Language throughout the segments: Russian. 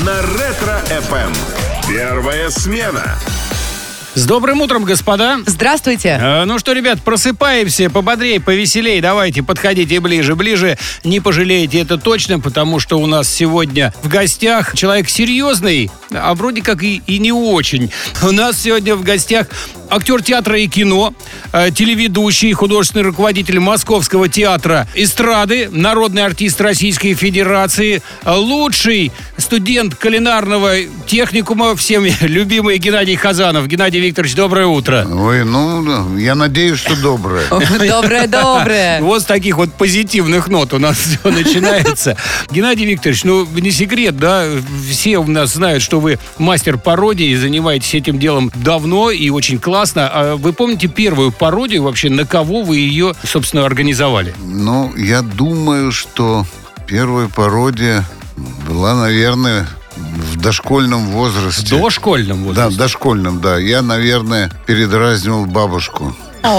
на Ретро-ФМ. Первая смена. С добрым утром, господа. Здравствуйте. Ну что, ребят, просыпаемся, пободрее, повеселее. Давайте, подходите ближе. Не пожалеете, это точно, потому что у нас сегодня в гостях человек серьезный, а вроде как и не очень. У нас сегодня в гостях актер театра и кино, телеведущий, художественный руководитель Московского театра эстрады, народный артист Российской Федерации, лучший студент кулинарного техникума, всеми любимый Геннадий Хазанов. Геннадий Викторович, доброе утро. Ой, я надеюсь, что доброе. Доброе. Вот с таких вот позитивных нот у нас все начинается. Геннадий Викторович, не секрет, да? Все у нас знают, что вы мастер пародии, занимаетесь этим делом давно и очень классно. А вы помните первую пародию вообще, на кого вы ее, собственно, организовали? Я думаю, что первая пародия была, наверное, в дошкольном возрасте. В дошкольном возрасте? Да, в дошкольном, да. Я, наверное, передразнивал бабушку.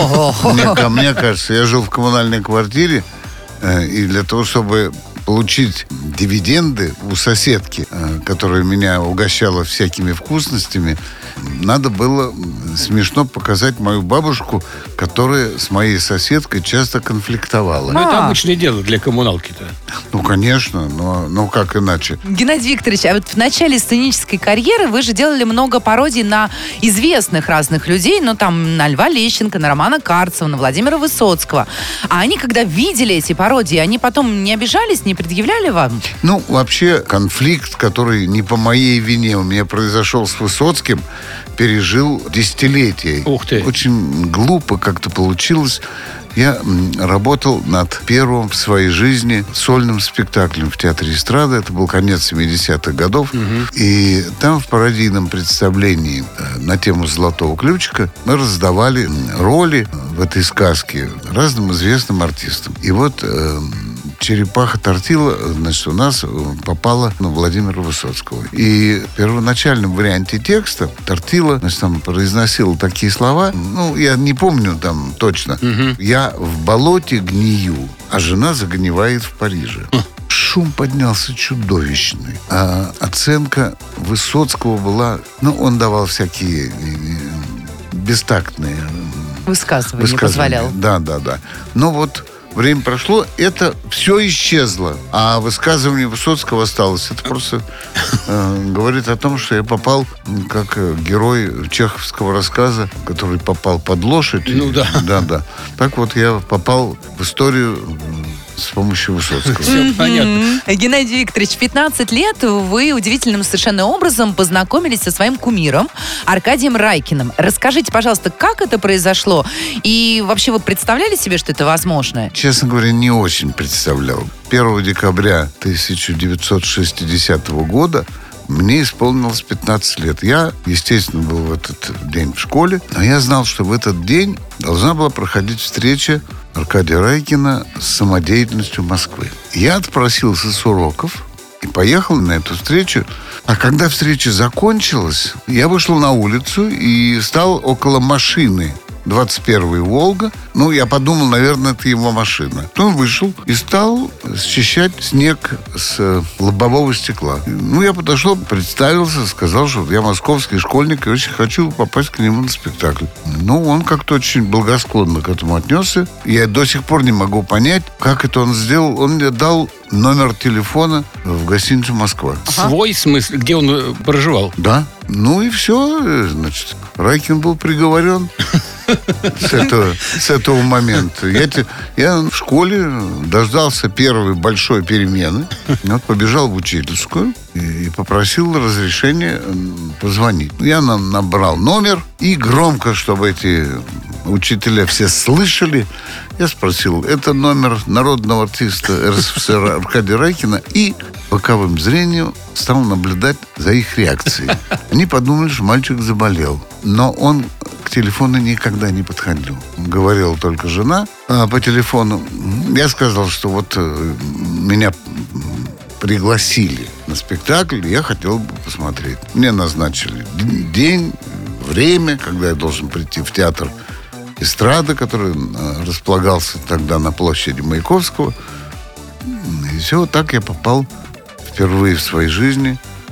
Мне кажется, я жил в коммунальной квартире, и для того, чтобы получить дивиденды у соседки, которая меня угощала всякими вкусностями, надо было смешно показать мою бабушку, которая с моей соседкой часто конфликтовала. Это обычное дело для коммуналки-то. Конечно, но как иначе? Геннадий Викторович, а вот в начале сценической карьеры вы же делали много пародий на известных разных людей, на Льва Лещенко, на Романа Карцева, на Владимира Высоцкого. А они, когда видели эти пародии, они потом не обижались, не предъявляли вам? Вообще, конфликт, который не по моей вине у меня произошел с Высоцким, пережил десятилетия. Ух ты. Очень глупо как-то получилось. Я работал над первым в своей жизни сольным спектаклем в Театре эстрады. Это был конец 70-х годов. И там в пародийном представлении на тему «Золотого ключика» мы раздавали роли в этой сказке разным известным артистам. И вот черепаха Тортила, у нас попала на Владимира Высоцкого. И в первоначальном варианте текста Тортила, там произносил такие слова, я не помню там точно. «Я в болоте гнию, а жена загнивает в Париже». Шум поднялся чудовищный. А оценка Высоцкого была... он давал всякие бестактные Высказывания позволял. Да. Время прошло, это все исчезло. А высказывание Высоцкого осталось. Это просто говорит о том, что я попал как герой чеховского рассказа, который попал под лошадь. Да. Так вот я попал в историю с помощью Высоцкого. Все понятно. Геннадий Викторович, в 15 лет вы удивительным совершенно образом познакомились со своим кумиром Аркадием Райкиным. Расскажите, пожалуйста, как это произошло? И вообще вы представляли себе, что это возможно? Честно говоря, не очень представлял. 1 декабря 1960 года мне исполнилось 15 лет. Я, естественно, был в этот день в школе, но я знал, что в этот день должна была проходить встреча Аркадия Райкина с самодеятельностью Москвы. Я отпросился с уроков и поехал на эту встречу. А когда встреча закончилась, я вышел на улицу и стал около машины 21-й «Волга». Я подумал, наверное, это его машина. Он вышел и стал счищать снег с лобового стекла. Я подошел, представился, сказал, что я московский школьник и очень хочу попасть к нему на спектакль. Он как-то очень благосклонно к этому отнесся. Я до сих пор не могу понять, как это он сделал. Он мне дал номер телефона в гостинице «Москва». Свой смысл, где он проживал? Да. И все, значит, Райкин был приговорен с этого момента. Я в школе дождался первой большой перемены, побежал в учительскую и попросил разрешения позвонить. Я набрал номер и громко, чтобы эти учителя все слышали, я спросил, это номер народного артиста РСФСР Аркадия Райкина, и боковым зрением стал наблюдать за их реакцией. Они подумали, что мальчик заболел. Но он к телефону никогда не подходил. Говорила только жена. А по телефону я сказал, что меня пригласили на спектакль, и я хотел бы посмотреть. Мне назначили день, время, когда я должен прийти в театр эстрады, который располагался тогда на площади Маяковского. И все, так я попал впервые в своей жизни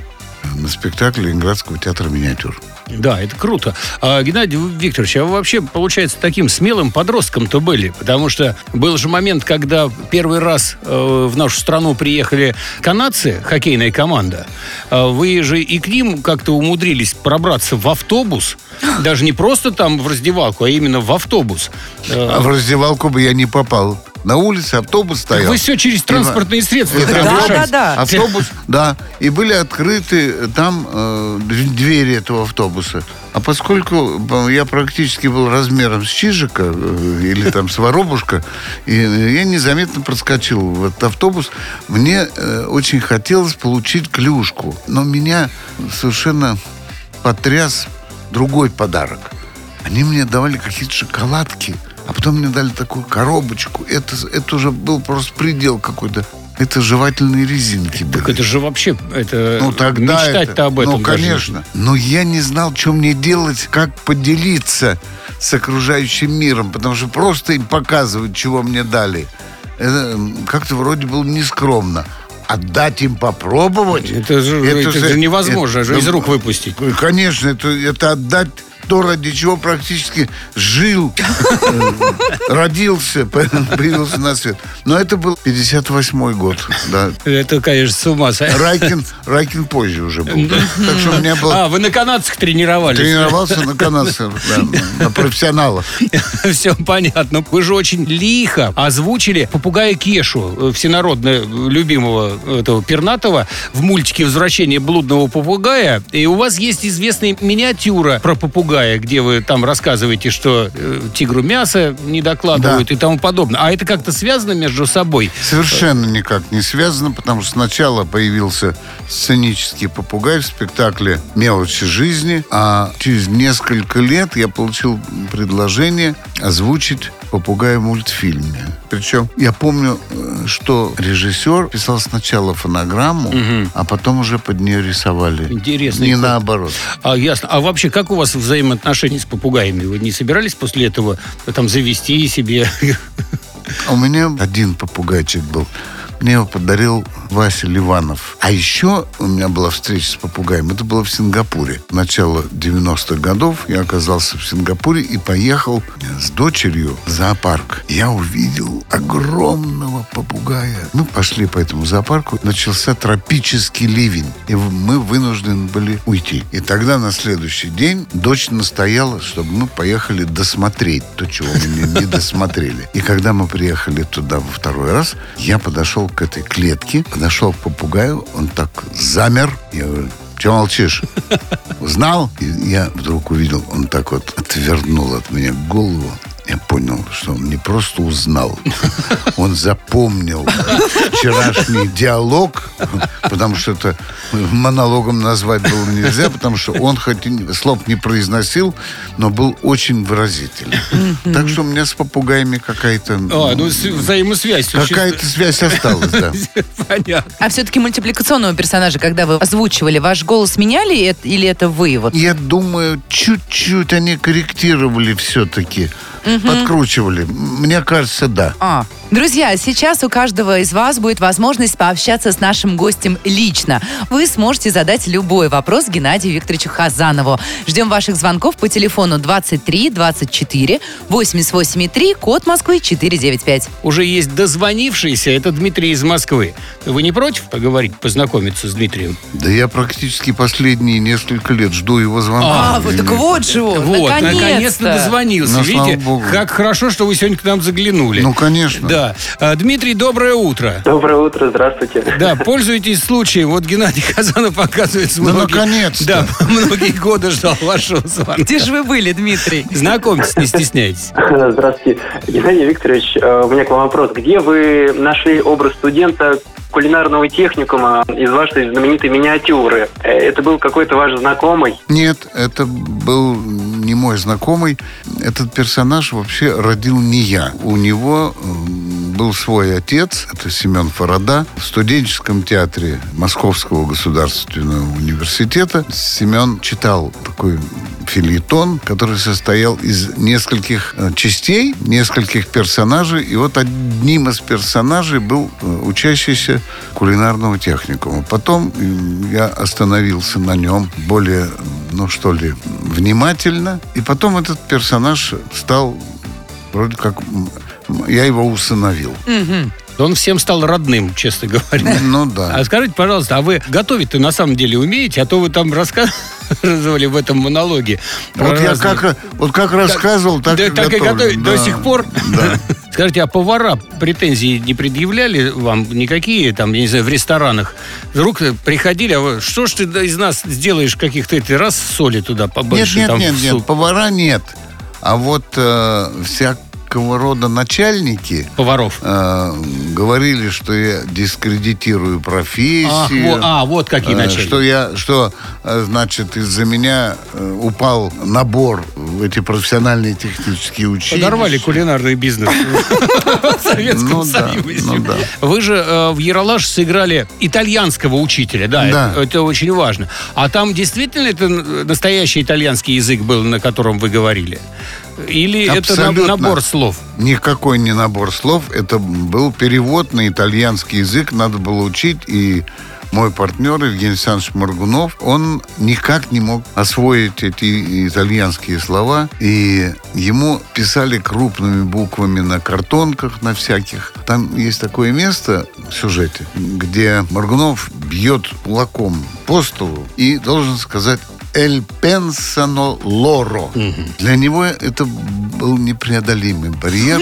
на спектакле Ленинградского театра миниатюр. Да, это круто. Геннадий Викторович, а вы вообще, получается, таким смелым подростком-то были? Потому что был же момент, когда первый раз в нашу страну приехали канадцы, хоккейная команда. Вы же и к ним как-то умудрились пробраться в автобус. Даже не просто там в раздевалку, а именно в автобус. А в раздевалку бы я не попал. На улице автобус стоял. Вы все через транспортные средства. Да. Автобус, да. И были открыты там двери этого автобуса. А поскольку я практически был размером с Чижика или там с Воробушка, и я незаметно проскочил в этот автобус, мне очень хотелось получить клюшку. Но меня совершенно потряс другой подарок. Они мне давали какие-то шоколадки, а потом мне дали такую коробочку. Это уже был просто предел какой-то. Это жевательные резинки были. Так это же вообще, тогда мечтать-то об этом. Ну, конечно. Но я не знал, что мне делать, как поделиться с окружающим миром, потому что просто им показывать, чего мне дали, это как-то вроде было нескромно. Отдать им попробовать? Это же невозможно из рук выпустить. Конечно, это отдать то, ради чего практически жил, родился, появился на свет. Но это был 58-й год. Да. Это, конечно, с ума сойти. Райкин позже уже был. Да. Так что у меня был... вы на канадцах тренировались? Тренировался на канадцах, да, на профессионалах. Все понятно. Вы же очень лихо озвучили попугая Кешу, всенародно любимого этого пернатого, в мультике «Возвращение блудного попугая». И у вас есть известная миниатюра про попугая, где вы там рассказываете, что тигру мясо не докладывают, да, и тому подобное. А это как-то связано между собой? Совершенно никак не связано, потому что сначала появился сценический попугай в спектакле «Мелочи жизни», а через несколько лет я получил предложение озвучить попугая в мультфильме. Причем я помню, что режиссер писал сначала фонограмму, а потом уже под нее рисовали. Интересно. Не наоборот. Ясно. А вообще, как у вас взаимоотношения с попугаями? Вы не собирались после этого там завести себе? У меня один попугайчик был. Мне его подарил Вася Ливанов. А еще у меня была встреча с попугаем. Это было в Сингапуре. Начало 90-х годов я оказался в Сингапуре и поехал с дочерью в зоопарк. Я увидел огромного попугая. Мы пошли по этому зоопарку. Начался тропический ливень. И мы вынуждены были уйти. И тогда на следующий день дочь настояла, чтобы мы поехали досмотреть то, чего мы не досмотрели. И когда мы приехали туда во второй раз, я подошел к этой клетке, подошел к попугаю, он так замер. Я говорю: чего молчишь? Узнал? И я вдруг увидел, он так вот отвернул от меня голову. Я понял, что он не просто узнал, он запомнил вчерашний диалог, потому что это монологом назвать было нельзя, потому что он хоть слов не произносил, но был очень выразительный. Так что у меня с попугаями какая-то... взаимосвязь. Какая-то связь осталась, да. Понятно. А все-таки мультипликационного персонажа, когда вы озвучивали, ваш голос меняли или это вы? Вот? Я думаю, чуть-чуть они корректировали все-таки. Подкручивали. Мне кажется, да. Друзья, сейчас у каждого из вас будет возможность пообщаться с нашим гостем лично. Вы сможете задать любой вопрос Геннадию Викторовичу Хазанову. Ждем ваших звонков по телефону 23 24 88 3, код Москвы 495. Уже есть дозвонившийся, это Дмитрий из Москвы. Вы не против поговорить, познакомиться с Дмитрием? Да я практически последние несколько лет жду его звонка. Так вот же он, наконец-то дозвонился. Видите, как хорошо, что вы сегодня к нам заглянули. Ну, конечно. Да. Дмитрий, доброе утро. Доброе утро, здравствуйте. Да, пользуйтесь случаем. Вот Геннадий Хазанов, оказывается, наконец-то. Да, многие годы ждал вашего звонка. Где же вы были, Дмитрий? Знакомьтесь, не стесняйтесь. Здравствуйте. Геннадий Викторович, у меня к вам вопрос. Где вы нашли образ студента кулинарного техникума из вашей знаменитой миниатюры? Это был какой-то ваш знакомый? Нет, это был не мой знакомый. Этот персонаж вообще родил не я. У него был свой отец, это Семен Фарада. В студенческом театре Московского государственного университета Семен читал такой фельетон, который состоял из нескольких частей, нескольких персонажей. И вот одним из персонажей был учащийся кулинарного техникума. Потом я остановился на нем более, внимательно. И потом этот персонаж стал вроде как... Я его усыновил. Он всем стал родным, честно говоря. Ну да. А скажите, пожалуйста, а вы готовить-то на самом деле умеете? А то вы там рассказывали в этом монологе. Вот я как рассказывал, так и готовлю. До сих пор? Да. Скажите, а повара претензий не предъявляли вам никакие, там, я не знаю, в ресторанах? Вдруг приходили, а вы, что ж ты из нас сделаешь каких-то раз соли туда побольше? Нет, повара нет. А вот всякого рода начальники поваров говорили, что я дискредитирую профессию. Вот какие начальники. Что из-за меня упал набор в эти профессиональные технические училища. Подорвали кулинарный бизнес в Советском Союзе. Вы же в «Ералаш» сыграли итальянского учителя, да, это очень важно. А там действительно это настоящий итальянский язык был, на котором вы говорили? Или абсолютно. Это набор слов? Никакой не набор слов. Это был перевод на итальянский язык. Надо было учить. И мой партнер Евгений Александрович Моргунов, он никак не мог освоить эти итальянские слова. И ему писали крупными буквами на картонках, на всяких. Там есть такое место в сюжете, где Моргунов бьет кулаком по столу и должен сказать «Эль пенсано лоро». Для него это был непреодолимый барьер.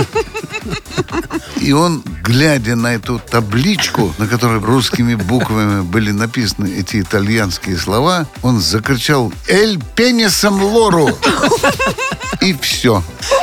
И он, глядя на эту табличку, на которой русскими буквами были написаны эти итальянские слова, он закричал «Эль пенисом лоро». И все.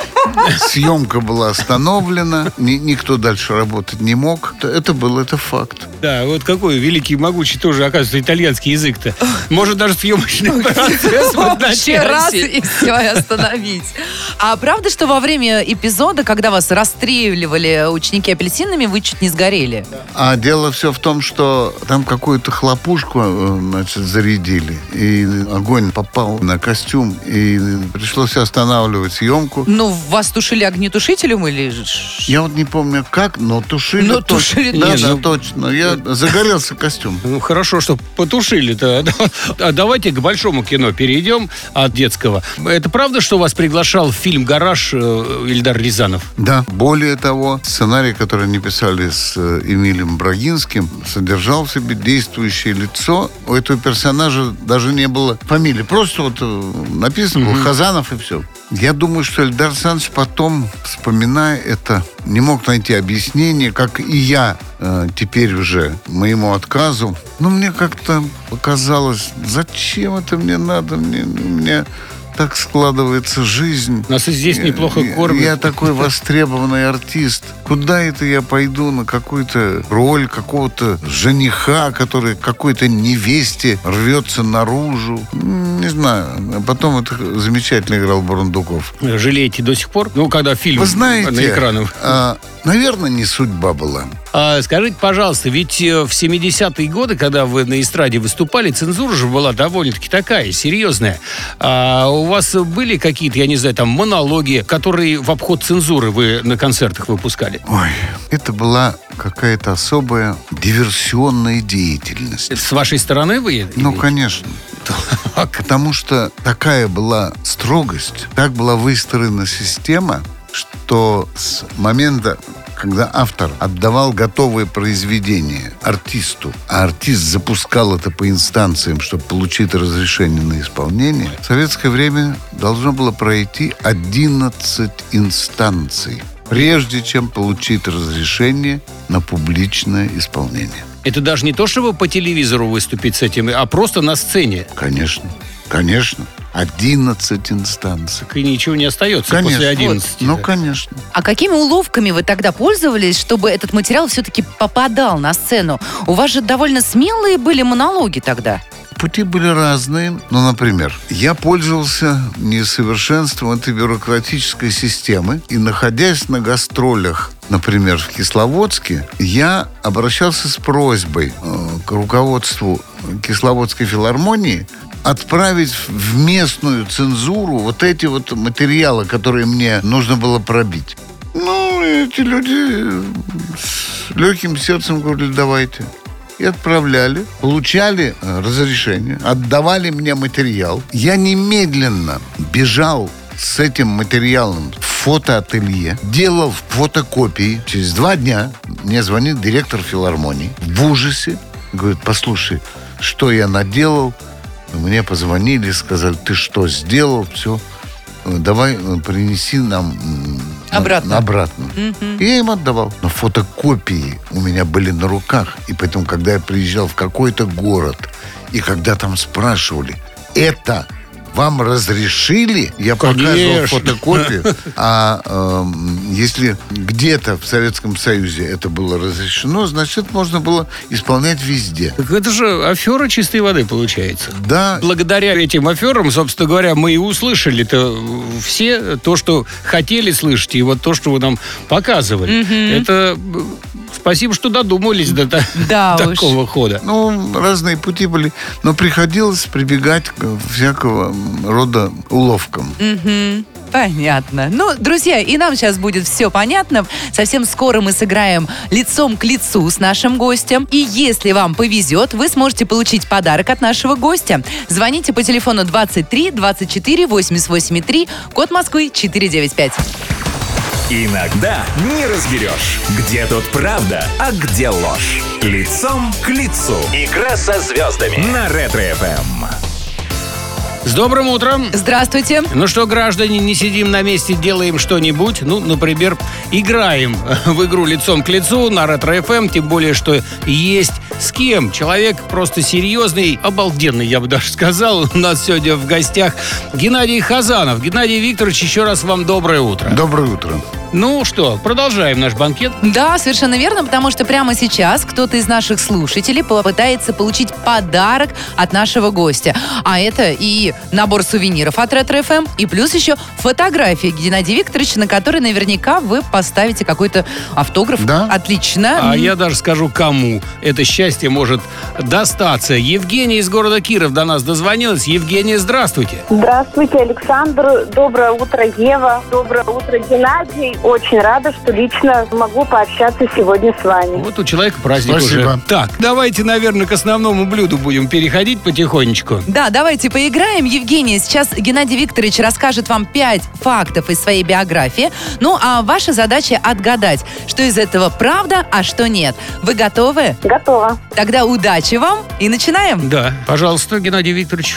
Съемка была остановлена, никто дальше работать не мог. Это факт. Да, вот какой великий, могучий тоже, оказывается, итальянский язык-то. Может даже съемочный процесс вообще раз и все, и остановить. А правда, что во время эпизода, когда вас расстреливали ученики апельсинами, вы чуть не сгорели? А дело все в том, что там какую-то хлопушку, зарядили, и огонь попал на костюм, и пришлось останавливать съемку. Ну, вас тушили огнетушителем или... Я вот не помню как, но тушили. Ну, тушили точно. Да, точно. Загорелся костюм. Ну, хорошо, что потушили-то. А давайте к большому кино перейдем от детского. Это правда, что вас приглашал в фильм «Гараж» Эльдар Рязанов? Да. Более того, сценарий, который они писали с Эмилием Брагинским, содержал в себе действующее лицо. У этого персонажа даже не было фамилии. Просто вот написано было Хазанов и все. Я думаю, что Эльдар Александрович потом, вспоминая это, не мог найти объяснение, как и я теперь уже моему отказу. Но мне как-то показалось, зачем это мне надо? У меня так складывается жизнь. Нас и здесь неплохо кормят. Я такой востребованный артист. Куда это я пойду на какую-то роль какого-то жениха, который какой-то невесте рвется наружу? Не знаю. Потом это замечательно играл Бурундуков. Жалеете до сих пор? Ну, когда фильм на экранах. Наверное, не судьба была. Скажите, пожалуйста, ведь в 70-е годы, когда вы на эстраде выступали, цензура же была довольно-таки такая, серьезная. У вас были какие-то, я не знаю, там монологи, которые в обход цензуры вы на концертах выпускали? Ой, это была какая-то особая диверсионная деятельность. С вашей стороны вы? Ну, конечно. Потому что такая была строгость, так была выстроена система, что с момента, когда автор отдавал готовое произведение артисту, а артист запускал это по инстанциям, чтобы получить разрешение на исполнение, в советское время должно было пройти 11 инстанций, прежде чем получить разрешение на публичное исполнение. Это даже не то, чтобы по телевизору выступить с этим, а просто на сцене. Конечно, конечно. 11 инстанций. И ничего не остается после 11. Вот. Ну, конечно. А какими уловками вы тогда пользовались, чтобы этот материал все-таки попадал на сцену? У вас же довольно смелые были монологи тогда. пути были разные. Ну, например, я пользовался несовершенством этой бюрократической системы. И, находясь на гастролях, например, в Кисловодске, я обращался с просьбой к руководству Кисловодской филармонии отправить в местную цензуру вот эти вот материалы, которые мне нужно было пробить. Ну, эти люди с легким сердцем говорили, давайте. И отправляли, получали разрешение, отдавали мне материал. Я немедленно бежал с этим материалом в фотоателье, делал фотокопии. Через 2 дня мне звонит директор филармонии в ужасе. Говорит, послушай, что я наделал? Мне позвонили, сказали, ты что сделал? Все, давай принеси нам обратно. И я им отдавал. Но фотокопии у меня были на руках. И поэтому, когда я приезжал в какой-то город, и когда там спрашивали, это вам разрешили? Я показывал фотокопию. А если где-то в Советском Союзе это было разрешено, значит, можно было исполнять везде. Так это же афера чистой воды получается. Да. Благодаря этим аферам, собственно говоря, мы и услышали-то все то, что хотели слышать, и вот то, что вы нам показывали. Это... Спасибо, что додумались до такого хода. Ну, разные пути были, но приходилось прибегать к всякого рода уловкам. Понятно. Ну, друзья, и нам сейчас будет все понятно. Совсем скоро мы сыграем лицом к лицу с нашим гостем. И если вам повезет, вы сможете получить подарок от нашего гостя. Звоните по телефону 23 24 88 3, код Москвы 495. Иногда не разберешь, где тут правда, а где ложь. Лицом к лицу. Игра со звездами на Ретро-ФМ. С добрым утром! Здравствуйте! Ну что, граждане, не сидим на месте, делаем что-нибудь. Ну, например, играем в игру лицом к лицу на Ретро-ФМ, тем более, что есть с кем. Человек просто серьезный, обалденный, я бы даже сказал. У нас сегодня в гостях Геннадий Хазанов. Геннадий Викторович, еще раз вам доброе утро. Доброе утро. Ну что, продолжаем наш банкет? Да, совершенно верно, потому что прямо сейчас кто-то из наших слушателей попытается получить подарок от нашего гостя. А это и набор сувениров от Ретро-ФМ, и плюс еще фотографии Геннадия Викторовича, на которой наверняка вы поставите какой-то автограф. Да. Отлично. А я даже скажу, кому это счастье может достаться. Евгения из города Киров до нас дозвонилась. Евгения, здравствуйте. Здравствуйте, Александр. Доброе утро, Ева. Доброе утро, Геннадий. Очень рада, что лично могу пообщаться сегодня с вами. Вот у человека праздник Спасибо. уже. Так, давайте, наверное, к основному блюду будем переходить потихонечку. Да, давайте поиграем. Евгения, сейчас Геннадий Викторович расскажет вам 5 фактов из своей биографии. Ну, а ваша задача отгадать, что из этого правда, а что нет. Вы готовы? Готова. Тогда удачи вам и начинаем. Да, пожалуйста, Геннадий Викторович.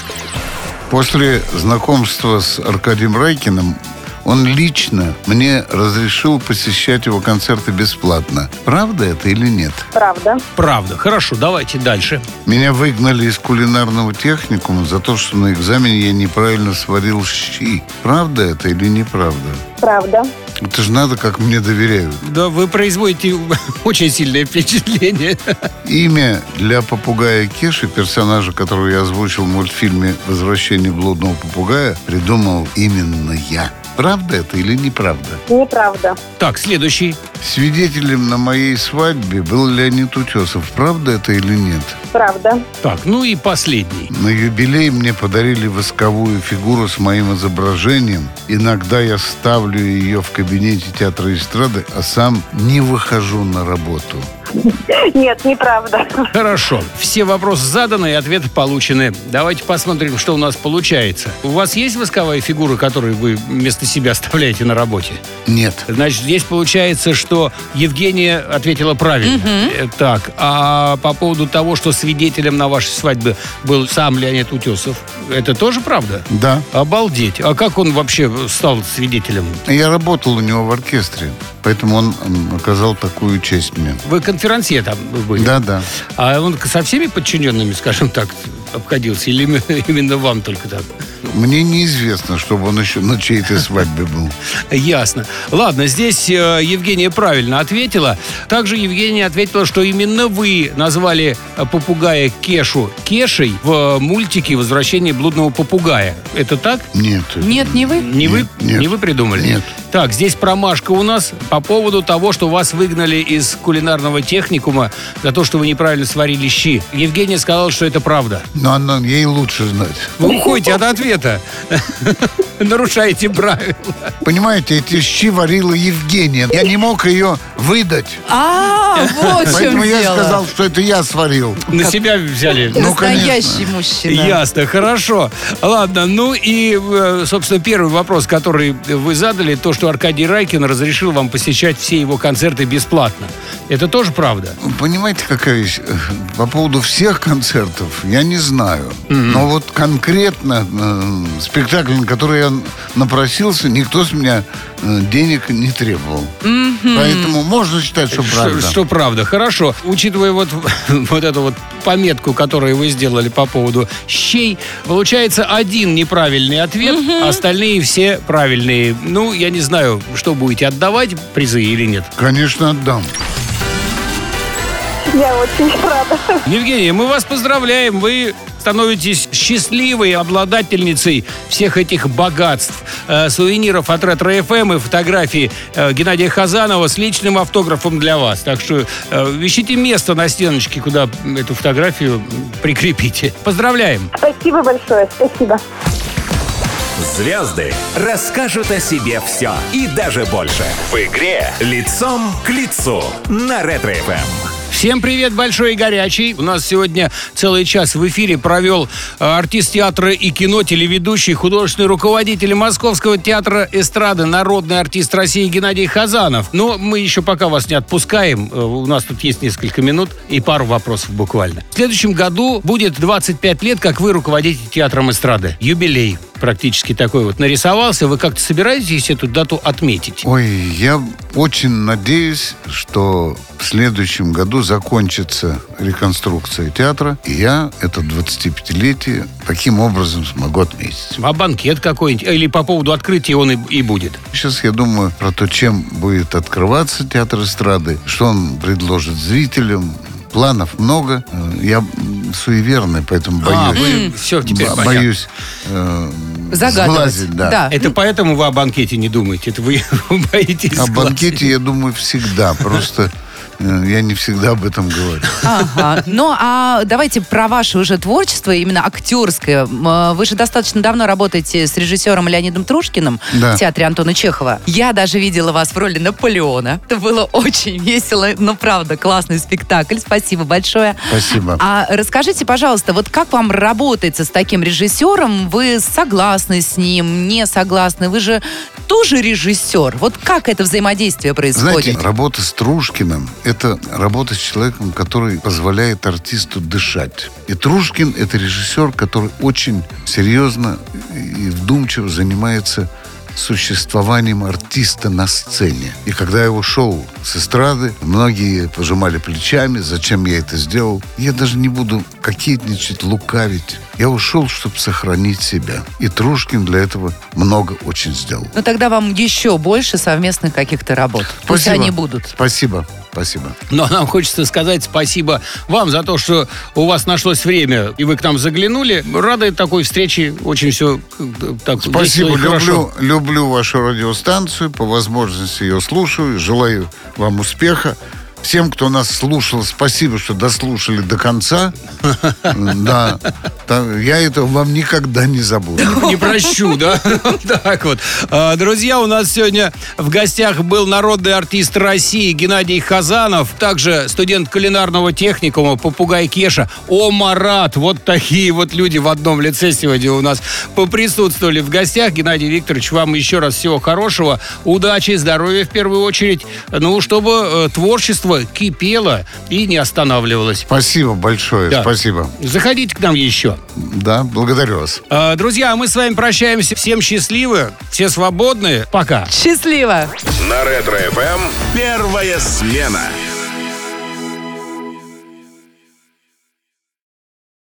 После знакомства с Аркадием Райкиным он лично мне разрешил посещать его концерты бесплатно. Правда это или нет? Правда. Правда. Хорошо, давайте дальше. Меня выгнали из кулинарного техникума за то, что на экзамене я неправильно сварил щи. Правда это или неправда? Правда. Это же надо, как мне доверяют. Да, вы производите очень сильное впечатление. Имя для попугая Кеши, персонажа, которого я озвучил в мультфильме «Возвращение блудного попугая», придумал именно я. Правда это или неправда? Неправда. Так, следующий. Свидетелем на моей свадьбе был Леонид Утесов. Правда это или нет? Правда. Так, ну и последний. На юбилей мне подарили восковую фигуру с моим изображением. Иногда я ставлю ее в кабинете театра эстрады, а сам не выхожу на работу. Нет, неправда. Хорошо. Все вопросы заданы и ответы получены. Давайте посмотрим, что у нас получается. У вас есть восковая фигура, которую вы вместо себя оставляете на работе? Нет. Значит, здесь получается, что Евгения ответила правильно. Так, а по поводу того, что свидетелем на вашей свадьбе был сам Леонид Утесов, это тоже правда? Да. Обалдеть. А как он вообще стал свидетелем? Я работал у него в оркестре, поэтому он оказал такую честь мне. Вы конферансье там были? Да. А он со всеми подчиненными, скажем так, обходился? Или именно вам только так? Мне неизвестно, чтобы он еще на чьей-то свадьбе был. Ясно. Ладно, здесь Евгения правильно ответила. Также Евгения ответила, что именно вы назвали попугая Кешу Кешей в мультике «Возвращение блудного попугая». Это так? Нет. Нет, не вы? Не вы? Нет. Не вы придумали? Нет. Так, здесь промашка у нас по поводу того, что вас выгнали из кулинарного техникума за то, что вы неправильно сварили щи. Евгения сказала, что это правда. Но ей лучше знать. Вы уходите от ответа. Нарушаете правила. Понимаете, эти щи варила Евгения. Я не мог ее выдать. Вот в чем Поэтому я дело. сказал, что это я сварил. На себя взяли. Настоящий мужчина. Ясно, хорошо. Ладно, ну и, собственно, первый вопрос, который вы задали, то, что Аркадий Райкин разрешил вам посещать все его концерты бесплатно. Это тоже правда? Понимаете, какая вещь? По поводу всех концертов я не знаю. Но вот конкретно спектакль, на который я напросился, никто с меня денег не требовал. Поэтому можно считать, что правда. Что правда. Хорошо. Учитывая вот эту вот пометку, которую вы сделали по поводу щей, получается один неправильный ответ, остальные все правильные. Ну, я не знаю, что будете отдавать, призы или нет. Конечно, отдам. Я очень рада. Евгения, мы вас поздравляем. Вы становитесь счастливой обладательницей всех этих богатств. Сувениров от Ретро ФМ и фотографии Геннадия Хазанова с личным автографом для вас. Так что ищите место на стеночке, куда эту фотографию прикрепите. Поздравляем. Спасибо большое. Спасибо. Звезды расскажут о себе все и даже больше. В игре «Лицом к лицу» на Ретро ФМ. Всем привет, большой и горячий. У нас сегодня целый час в эфире провел артист театра и кино, телеведущий, художественный руководитель Московского театра эстрады, народный артист России Геннадий Хазанов. Но мы еще пока вас не отпускаем. У нас тут есть несколько минут и пару вопросов буквально. В следующем году будет 25 лет, как вы руководите театром эстрады. Юбилей практически такой вот нарисовался. Вы как-то собираетесь эту дату отметить? Ой, я очень надеюсь, что в следующем году закончится реконструкция театра, и я это 25-летие таким образом смогу отметить. А банкет какой-нибудь? Или по поводу открытия он и будет? Сейчас я думаю про то, чем будет открываться театр эстрады, что он предложит зрителям. Планов много. Я суеверный, поэтому боюсь. Все, теперь понятно. Боюсь Загадывать. сглазить, да. Это поэтому вы о банкете не думаете? Это вы боитесь О сглазить? банкете я думаю всегда. Просто я не всегда об этом говорю. Ага. Ну, а давайте про ваше уже творчество, именно актерское. Вы же достаточно давно работаете с режиссером Леонидом Трушкиным в театре Антона Чехова. Я даже видела вас в роли Наполеона. Это было очень весело, но правда, классный спектакль. Спасибо большое. Спасибо. А расскажите, пожалуйста, вот как вам работается с таким режиссером? Вы согласны с ним, не согласны? Вы же тоже режиссер. Вот как это взаимодействие происходит? Знаете, работа с Трушкиным – это работа с человеком, который позволяет артисту дышать. И Трушкин – это режиссер, который очень серьезно и вдумчиво занимается существованием артиста на сцене. И когда я ушел с эстрады, многие пожимали плечами, зачем я это сделал. Я даже не буду кокетничать, лукавить. Я ушел, чтобы сохранить себя. И Трушкин для этого много очень сделал. Ну, тогда вам еще больше совместных каких-то работ. Пусть они будут. Спасибо. Спасибо. Но нам хочется сказать спасибо вам за то, что у вас нашлось время, и вы к нам заглянули. Рады такой встрече. Очень все так спасибо. весело и хорошо. Люблю вашу радиостанцию. По возможности ее слушаю. Желаю вам успеха. Всем, кто нас слушал, спасибо, что дослушали до конца. Да. Я этого вам никогда не забуду. Не прощу, да? Так вот. Друзья, у нас сегодня в гостях был народный артист России Геннадий Хазанов, также студент кулинарного техникума попугай Кеша. О, Марат! Вот такие вот люди в одном лице сегодня у нас поприсутствовали в гостях. Геннадий Викторович, вам еще раз всего хорошего, удачи, здоровья в первую очередь. Ну, чтобы творчество кипело и не останавливалось. Спасибо большое, да. Спасибо. Заходите к нам еще. Да, благодарю вас. Друзья, мы с вами прощаемся. Всем счастливы, все свободны. Пока. Счастливо. На Ретро ФМ первая смена.